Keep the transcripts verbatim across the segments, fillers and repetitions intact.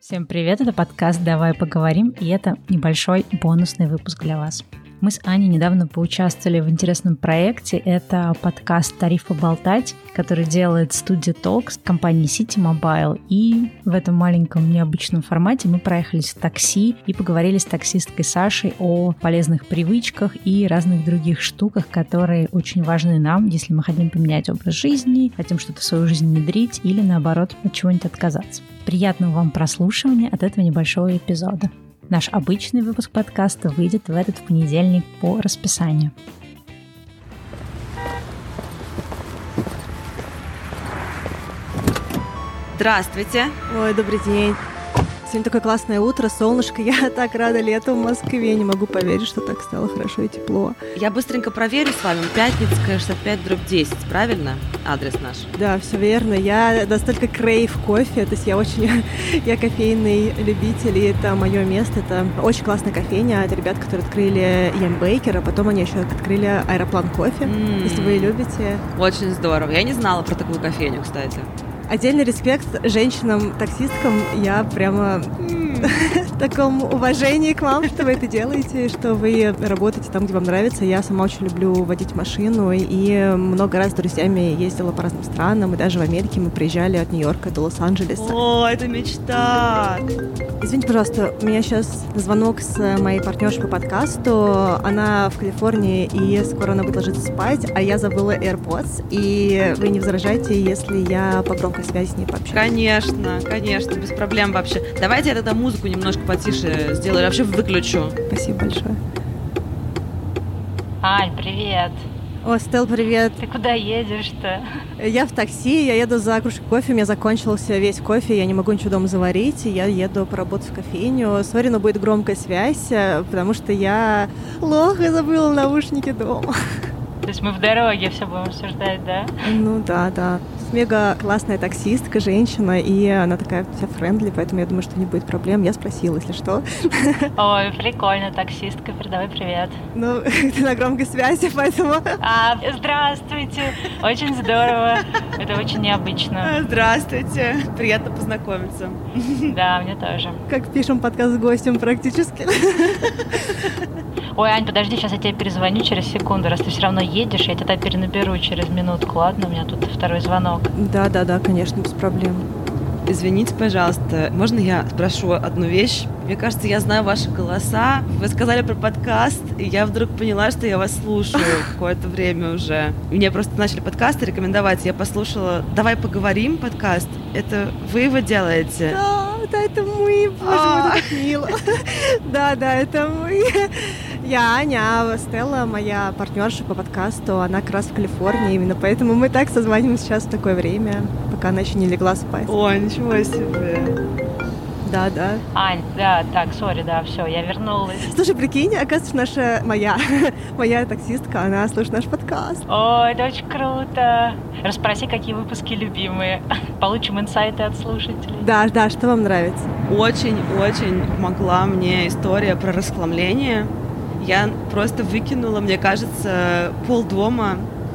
Всем привет, это подкаст «Давай поговорим», и это небольшой бонусный выпуск для вас. Мы с Аней недавно поучаствовали в интересном проекте. Это подкаст «Тариф поболтать», который делает студия Talks компании City Mobile. И в этом маленьком необычном формате мы проехались в такси и поговорили с таксисткой Сашей о полезных привычках и разных других штуках, которые очень важны нам, если мы хотим поменять образ жизни, хотим что-то в свою жизнь внедрить или, наоборот, от чего-нибудь отказаться. Приятного вам прослушивания от этого небольшого эпизода. Наш обычный выпуск подкаста выйдет в этот понедельник по расписанию. Здравствуйте. Ой, добрый день. Сегодня такое классное утро, солнышко. Я так рада лету в Москве. Не могу поверить, что так стало хорошо и тепло. Я быстренько проверю с вами. Пятницкая, шестьдесят пять дробь десять, правильно? Адрес наш. Да, все верно. Я настолько крейв кофе. То есть я очень... я кофейный любитель, и это мое место. Это очень классная кофейня. Это ребята, которые открыли Ям Бейкер, а потом они еще открыли Аэроплан кофе. Mm. Если вы любите. Очень здорово. Я не знала про такую кофейню, кстати. Отдельный респект женщинам-таксисткам. Я прямо в таком уважении к вам, что вы это делаете, что вы работаете там, где вам нравится. Я сама очень люблю водить машину и много раз с друзьями ездила по разным странам. И даже в Америке мы приезжали от Нью-Йорка до Лос-Анджелеса. О, это мечта! Извините, пожалуйста, у меня сейчас звонок с моей партнершей по подкасту. Она в Калифорнии, и скоро она будет ложиться спать, а я забыла AirPods. И вы не возражаете, если я по громкой связи с ней пообщаюсь? Конечно, конечно, без проблем вообще. Давайте я тогда музыку немножко потише сделаю, вообще выключу. Спасибо большое. Ань, привет. О, Стелл, привет. Ты куда едешь-то? Я в такси, я еду за кружкой кофе, у меня закончился весь кофе, я не могу ничего дома заварить, и я еду поработать в кофейню. Сори, но будет громкая связь, потому что я лох и забыла наушники дома. То есть мы в дороге все будем обсуждать, да? Ну да, да. Мега классная таксистка, женщина, и она такая вся френдли, поэтому я думаю, что не будет проблем. Я спросила, если что. Ой, прикольно, таксистка, передавай привет. Ну, ты на громкой связи, поэтому... А, здравствуйте, очень здорово, это очень необычно. Здравствуйте, приятно познакомиться. Да, мне тоже. Как пишем подкаст с гостем практически. Ой, Ань, подожди, сейчас я тебе перезвоню через секунду, раз ты все равно едешь, я тебя перенаберу через минутку, ладно? У меня тут второй звонок. Да-да-да, конечно, без проблем. Извините, пожалуйста, можно я спрошу одну вещь? Мне кажется, я знаю ваши голоса. Вы сказали про подкаст, и я вдруг поняла, что я вас слушаю какое-то время уже. Мне просто начали подкасты рекомендовать, я послушала «Давай поговорим» подкаст. Это вы его делаете? Да, да, это мы, боже мой, это так мило. Да, да, это мы. Я Аня, а Стелла, моя партнерша по подкасту, она как раз в Калифорнии, именно поэтому мы так созваниваемся сейчас в такое время, пока она еще не легла спать. Ой, ничего себе. Да, да. Ань, да, так, сори, да, все, я вернулась. Слушай, прикинь, оказывается, наша, моя, моя таксистка, она слушает наш подкаст. О, это очень круто. Расспроси, какие выпуски любимые. Получим инсайты от слушателей. Да, да, что вам нравится? Очень-очень помогла мне история про расхламление. Я просто выкинула, мне кажется, полдома.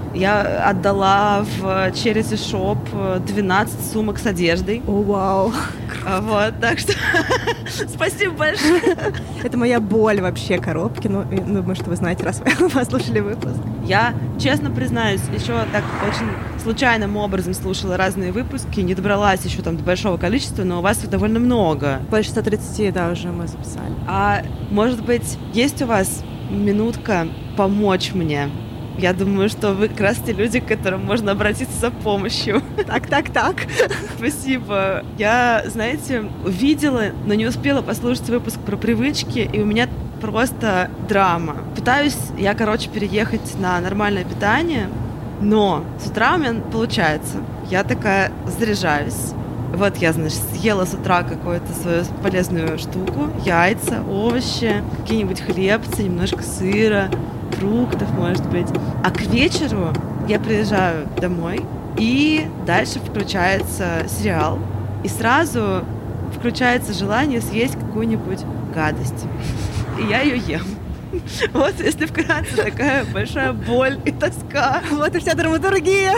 Я отдала в Charity Shop двенадцать сумок с одеждой. О, вау. Вот, так что спасибо большое. Это моя боль вообще, коробки. Ну, думаю, что вы знаете, раз вы послушали выпуск. Я, честно признаюсь, еще так очень случайным образом слушала разные выпуски, не добралась еще там до большого количества, но у вас их довольно много. Больше ста тридцати, да, уже мы записали. А может быть, есть у вас минутка помочь мне? Я думаю, что вы как раз те люди, к которым можно обратиться за помощью. Так, так, так. Спасибо. Я, знаете, видела, но не успела послушать выпуск про привычки, и у меня просто драма. Пытаюсь я, короче, переехать на нормальное питание, но с утра у меня получается. Я такая заряжаюсь. Вот я, значит, съела с утра какую-то свою полезную штуку, яйца, овощи, какие-нибудь хлебцы, немножко сыра, фруктов, может быть. А к вечеру я приезжаю домой, и дальше включается сериал, и сразу включается желание съесть какую-нибудь гадость. И я ее ем. Вот, если вкратце, такая большая боль и тоска. Вот и вся драматургия.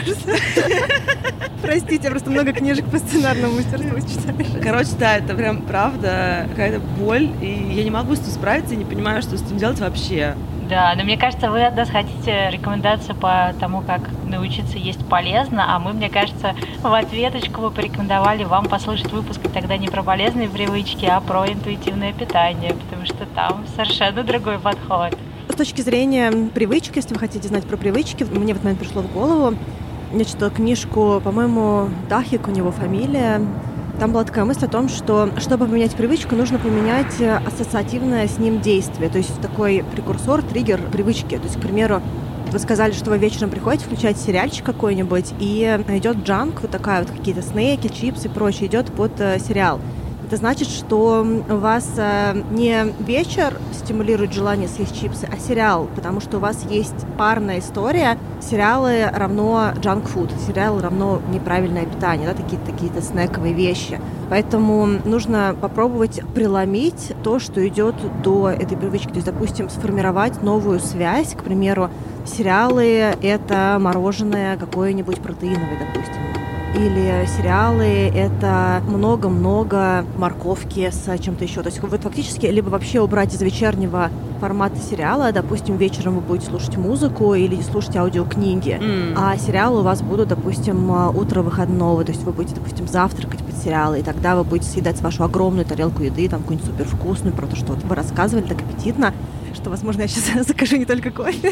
Простите, я просто много книжек по сценарному мастерству читаю. Короче, да, это прям правда какая-то боль, и я не могу с этим справиться и не понимаю, что с этим делать вообще. Да, но мне кажется, вы от нас хотите рекомендацию по тому, как научиться есть полезно, а мы, мне кажется, в ответочку вы порекомендовали вам послушать выпуск тогда не про полезные привычки, а про интуитивное питание, потому что там совершенно другой подход. С точки зрения привычек, если вы хотите знать про привычки, мне в этот момент пришло в голову, я читала книжку, по-моему, Дахик, у него фамилия. Там была такая мысль о том, что чтобы поменять привычку, нужно поменять ассоциативное с ним действие. То есть такой прекурсор, триггер привычки. То есть, к примеру, вы сказали, что вы вечером приходите включать сериальчик какой-нибудь, и идет джанк, вот такая вот какие-то снеки, чипсы и прочее, идет под сериал. Это значит, что у вас не вечер стимулирует желание съесть чипсы, а сериал, потому что у вас есть парная история. Сериалы равно джанк-фуд, сериалы равно неправильное питание, да, такие, такие-то снековые вещи. Поэтому нужно попробовать преломить то, что идет до этой привычки. То есть, допустим, сформировать новую связь, к примеру, сериалы — это мороженое какое-нибудь протеиновое, допустим. Или сериалы — это много-много морковки с чем-то еще. То есть вы фактически либо вообще убрать из вечернего формата сериала, допустим, вечером вы будете слушать музыку или слушать аудиокниги, mm. а сериалы у вас будут, допустим, утро выходного, то есть вы будете, допустим, завтракать под сериалы, и тогда вы будете съедать вашу огромную тарелку еды, там какую-нибудь супервкусную, про то, что вот вы рассказывали так аппетитно, что, возможно, я сейчас закажу не только кофе.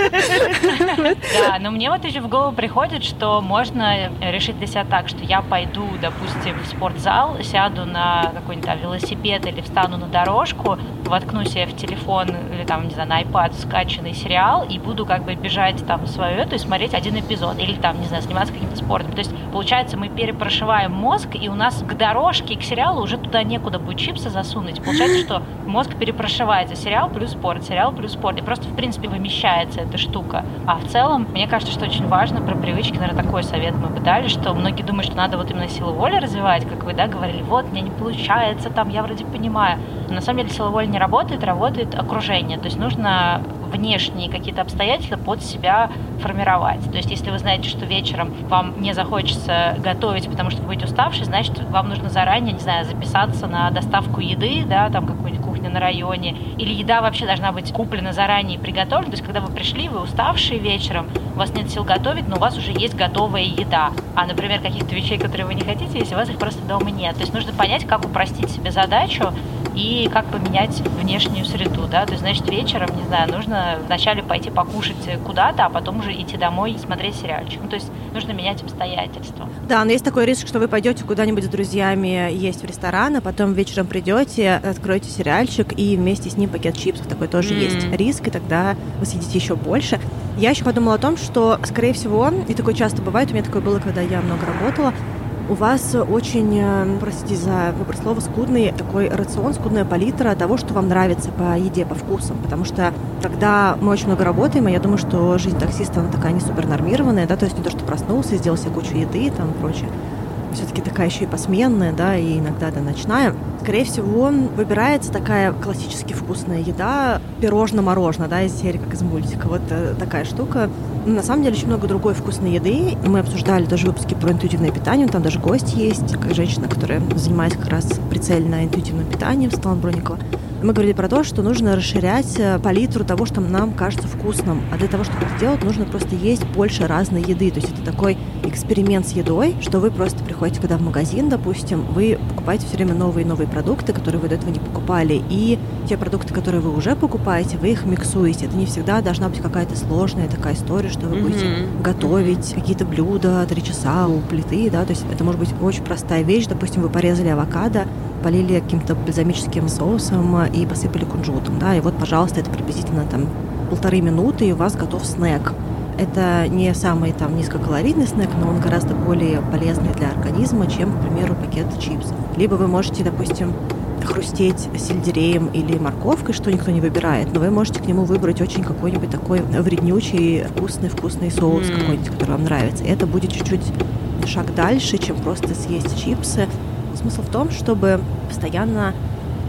Да, но мне вот еще в голову приходит, что можно решить для себя так, что я пойду, допустим, в спортзал, сяду на какой-нибудь там велосипед или встану на дорожку, воткну себе в телефон или там, не знаю, на iPad скачанный сериал и буду как бы бежать там свою эту и смотреть один эпизод. Или там, не знаю, заниматься каким-то спортом. То есть, получается, мы перепрошиваем мозг, и у нас к дорожке и к сериалу уже туда некуда будет чипсы засунуть. Получается, что мозг перепрошивается. Сериал плюс спорт, сериал плюс спорт. И просто, в принципе, вымещается эта штука. А в целом, мне кажется, что очень важно про привычки, наверное, такой совет мы бы дали, что многие думают, что надо вот именно силу воли развивать, как вы, да, говорили, вот, мне не получается, там, я вроде понимаю. Но на самом деле сила воли не работает, работает окружение. То есть нужно внешние какие-то обстоятельства под себя формировать. То есть если вы знаете, что вечером вам не захочется готовить, потому что вы будете уставший, значит, вам нужно заранее, не знаю, записаться на доставку еды, да, там какую-нибудь кухню на районе, или еда вообще должна быть куплена заранее и приготовлена. То есть когда вы пришли, вы уставшие вечером, у вас нет сил готовить, но у вас уже есть готовая еда. А, например, каких-то вещей, которые вы не хотите, если у вас их просто дома нет. То есть нужно понять, как упростить себе задачу и как поменять внешнюю среду, да, то есть, значит, вечером, не знаю, нужно вначале пойти покушать куда-то, а потом уже идти домой и смотреть сериальчик. Ну, то есть нужно менять обстоятельства. Да, но есть такой риск, что вы пойдете куда-нибудь с друзьями есть в ресторан, а потом вечером придете, откроете сериальчик и вместе с ним пакет чипсов. Такой тоже mm. есть риск, и тогда вы съедите еще больше. Я еще подумала о том, что, скорее всего, и такое часто бывает, у меня такое было, когда я много работала, у вас очень, простите за выбор слова, скудный такой рацион, скудная палитра того, что вам нравится по еде, по вкусам. Потому что когда мы очень много работаем, и я думаю, что жизнь таксиста, она такая не супернормированная, да, то есть не то, что проснулся, сделал себе кучу еды и там прочее. Все-таки такая еще и посменная, да, и иногда да, ночная. Скорее всего, выбирается такая классически вкусная еда, пирожно-мороженое, да, из серии, как из мультика. Вот такая штука. На самом деле очень много другой вкусной еды. Мы обсуждали тоже выпуски про интуитивное питание. Там даже гость есть, как женщина, которая занимается как раз прицельно интуитивным питанием, Светлана Бронникова. Мы говорили про то, что нужно расширять палитру того, что нам кажется вкусным. А для того, чтобы это делать, нужно просто есть больше разной еды. То есть это такой эксперимент с едой, что вы просто приходите, когда в магазин, допустим, вы покупаете все время новые и новые продукты, которые вы до этого не покупали. И те продукты, которые вы уже покупаете, вы их миксуете. Это не всегда должна быть какая-то сложная такая история, что вы mm-hmm. будете готовить какие-то блюда три часа у плиты. Да? То есть это может быть очень простая вещь. Допустим, вы порезали авокадо, полили каким-то бальзамическим соусом и посыпали кунжутом, да, и вот, пожалуйста, это приблизительно там полторы минуты, и у вас готов снэк. Это не самый там низкокалорийный снэк, но он гораздо более полезный для организма, чем, к примеру, пакет чипсов. Либо вы можете, допустим, хрустеть сельдереем или морковкой, что никто не выбирает, но вы можете к нему выбрать очень какой-нибудь такой вреднючий, вкусный-вкусный соус mm. какой-нибудь, который вам нравится. И это будет чуть-чуть шаг дальше, чем просто съесть чипсы. Смысл в том, чтобы постоянно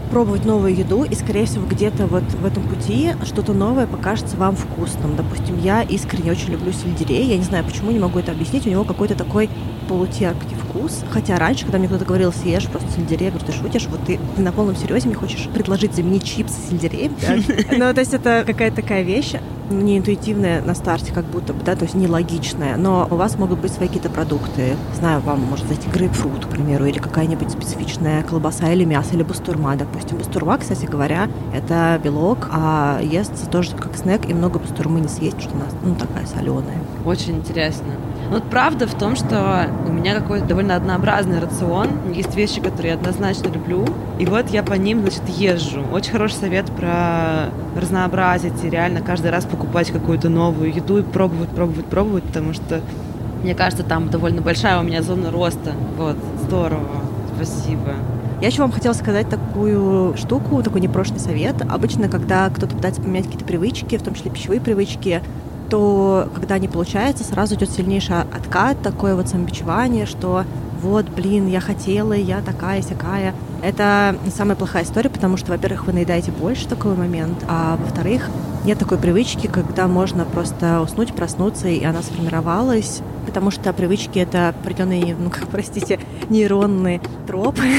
пробовать новую еду, и, скорее всего, где-то вот в этом пути что-то новое покажется вам вкусным. Допустим, я искренне очень люблю сельдерей. Я не знаю, почему, не могу это объяснить. У него какой-то такой полутерпкий вкус. Хотя раньше, когда мне кто-то говорил, съешь просто сельдерей, я говорю, ты шутишь? Вот ты, ты на полном серьезе мне хочешь предложить заменить чипсы сельдереем? Ну, то есть это какая-то такая вещь, не интуитивная на старте, как будто бы, да, то есть нелогичная. Но у вас могут быть свои какие-то продукты. Не знаю, вам может зайти грейпфрут, к примеру, или какая-нибудь специфичная колбаса или мясо, или бастурма, допустим. Бастурма, кстати говоря, это белок, а естся тоже как снэк, и много бастурмы не съесть, потому что она, ну, такая соленая. Очень интересно. Вот правда в том, что у меня какой-то довольно однообразный рацион. Есть вещи, которые я однозначно люблю. И вот я по ним, значит, езжу. Очень хороший совет про разнообразить и реально каждый раз покупать какую-то новую еду и пробовать, пробовать, пробовать, потому что, мне кажется, там довольно большая у меня зона роста. Вот, здорово. Спасибо. Я еще вам хотела сказать такую штуку, такой непрошенный совет. Обычно, когда кто-то пытается поменять какие-то привычки, в том числе пищевые привычки, то, когда не получается, сразу идет сильнейший откат, такое вот самобичевание, что вот, блин, я хотела, я такая-сякая. Это самая плохая история, потому что, во-первых, вы наедаете больше в такой момент, а во-вторых, нет такой привычки, когда можно просто уснуть, проснуться, и она сформировалась, потому что привычки — это определенный, ну, как, простите, нейронный троп. То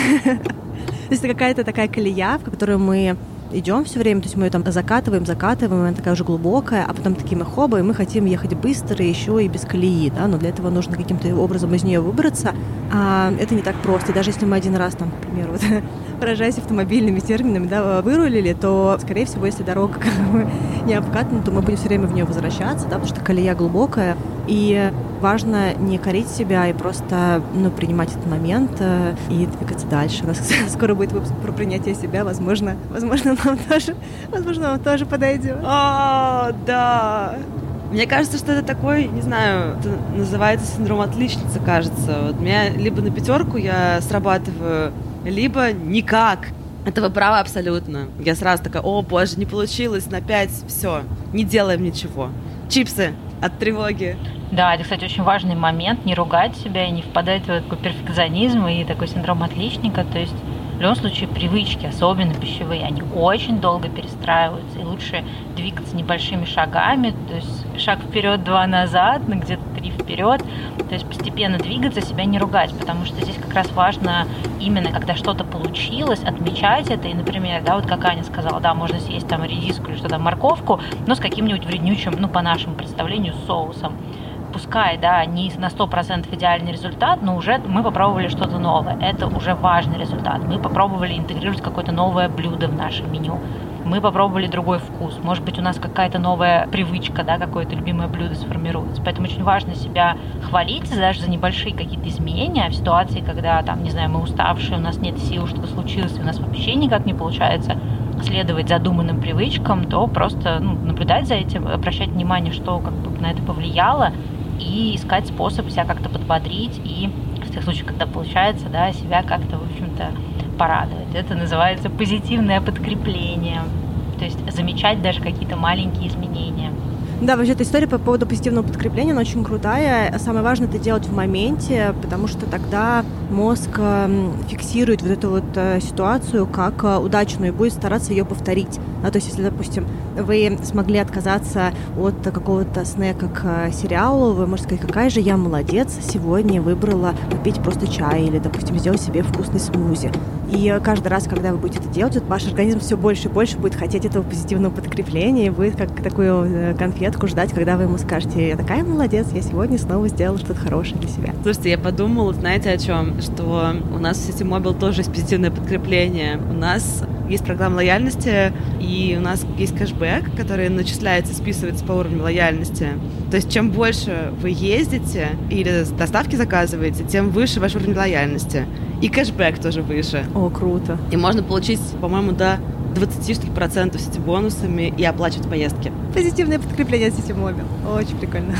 есть это какая-то такая колея, в которую мы идем все время, то есть мы ее там закатываем, закатываем, она такая уже глубокая, а потом такие мы хоба, и мы хотим ехать быстро, еще и без колеи, да, но для этого нужно каким-то образом из нее выбраться, а это не так просто. И даже если мы один раз, там, к примеру, вот, выражаясь автомобильными терминами, да, вырулили, то, скорее всего, если дорога как бы не обкатана, то мы будем все время в нее возвращаться, да, потому что колея глубокая, и важно не корить себя и просто, ну, принимать этот момент э, и двигаться дальше. У нас скоро будет выпуск про принятие себя, возможно, возможно, нам тоже, возможно, вам тоже подойдет. О, да. Мне кажется, что это такой, не знаю, это называется синдром отличницы, кажется. Вот у меня либо на пятерку я срабатываю, либо никак. Это вы правы абсолютно. Я сразу такая, о, боже, не получилось, на пять, все, не делаем ничего. Чипсы от тревоги. Да, это, кстати, очень важный момент, не ругать себя и не впадать в такой перфекционизм и такой синдром отличника. То есть в любом случае привычки, особенно пищевые, они очень долго перестраиваются, и лучше двигаться небольшими шагами, то есть шаг вперед, два назад, ну, где-то три вперед, то есть постепенно двигаться, себя не ругать, потому что здесь как раз важно именно, когда что-то получилось, отмечать это, и, например, да, вот как Аня сказала, да, можно съесть там редиску или что-то, морковку, но с каким-нибудь вреднючим, ну, по нашему представлению, соусом. Пускай, да, не на сто процентов идеальный результат, но уже мы попробовали что-то новое. Это уже важный результат. Мы попробовали интегрировать какое-то новое блюдо в наше меню. Мы попробовали другой вкус. Может быть, у нас какая-то новая привычка, да, какое-то любимое блюдо сформируется. Поэтому очень важно себя хвалить даже за небольшие какие-то изменения в ситуации, когда, там, не знаю, мы уставшие, у нас нет сил, что-то случилось, и у нас вообще никак не получается следовать задуманным привычкам, то просто, ну, наблюдать за этим, обращать внимание, что как бы на это повлияло, и искать способ себя как-то подбодрить и в тех случаях, когда получается, да, себя как-то, в общем-то, порадовать. Это называется позитивное подкрепление. То есть замечать даже какие-то маленькие изменения. Да, вообще эта история по поводу позитивного подкрепления, она очень крутая. Самое важное это делать в моменте, потому что тогда мозг фиксирует вот эту вот ситуацию как удачную и будет стараться ее повторить. А, то есть, если, допустим, вы смогли отказаться от какого-то снэка к сериалу, вы можете сказать, какая же я молодец, сегодня выбрала попить просто чай или, допустим, сделать себе вкусный смузи. И каждый раз, когда вы будете это делать, вот ваш организм все больше и больше будет хотеть этого позитивного подкрепления и будет как такую конфетку ждать, когда вы ему скажете, я такая молодец, я сегодня снова сделала что-то хорошее для себя. Слушайте, я подумала, знаете о чем? Что у нас в Ситимобил тоже есть позитивное подкрепление. У нас есть программа лояльности, и у нас есть кэшбэк, который начисляется, списывается по уровню лояльности. То есть чем больше вы ездите или доставки заказываете, тем выше ваш уровень лояльности. И кэшбэк тоже выше. О, круто. И можно получить, по-моему, до двадцать процентов сити-бонусами и оплачивать поездки. Позитивное подкрепление от Ситимобил. Очень прикольно.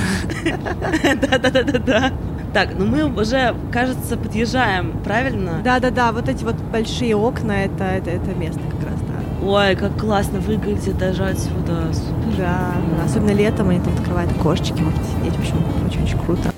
Да-да-да-да-да. Так, ну мы уже, кажется, подъезжаем, правильно? Да-да-да, вот эти вот большие окна, это, это, это место как раз, да. Ой, как классно выглядит даже отсюда. Супер. Да, особенно летом они там открывают окошечки, можно сидеть, в общем, очень-очень круто.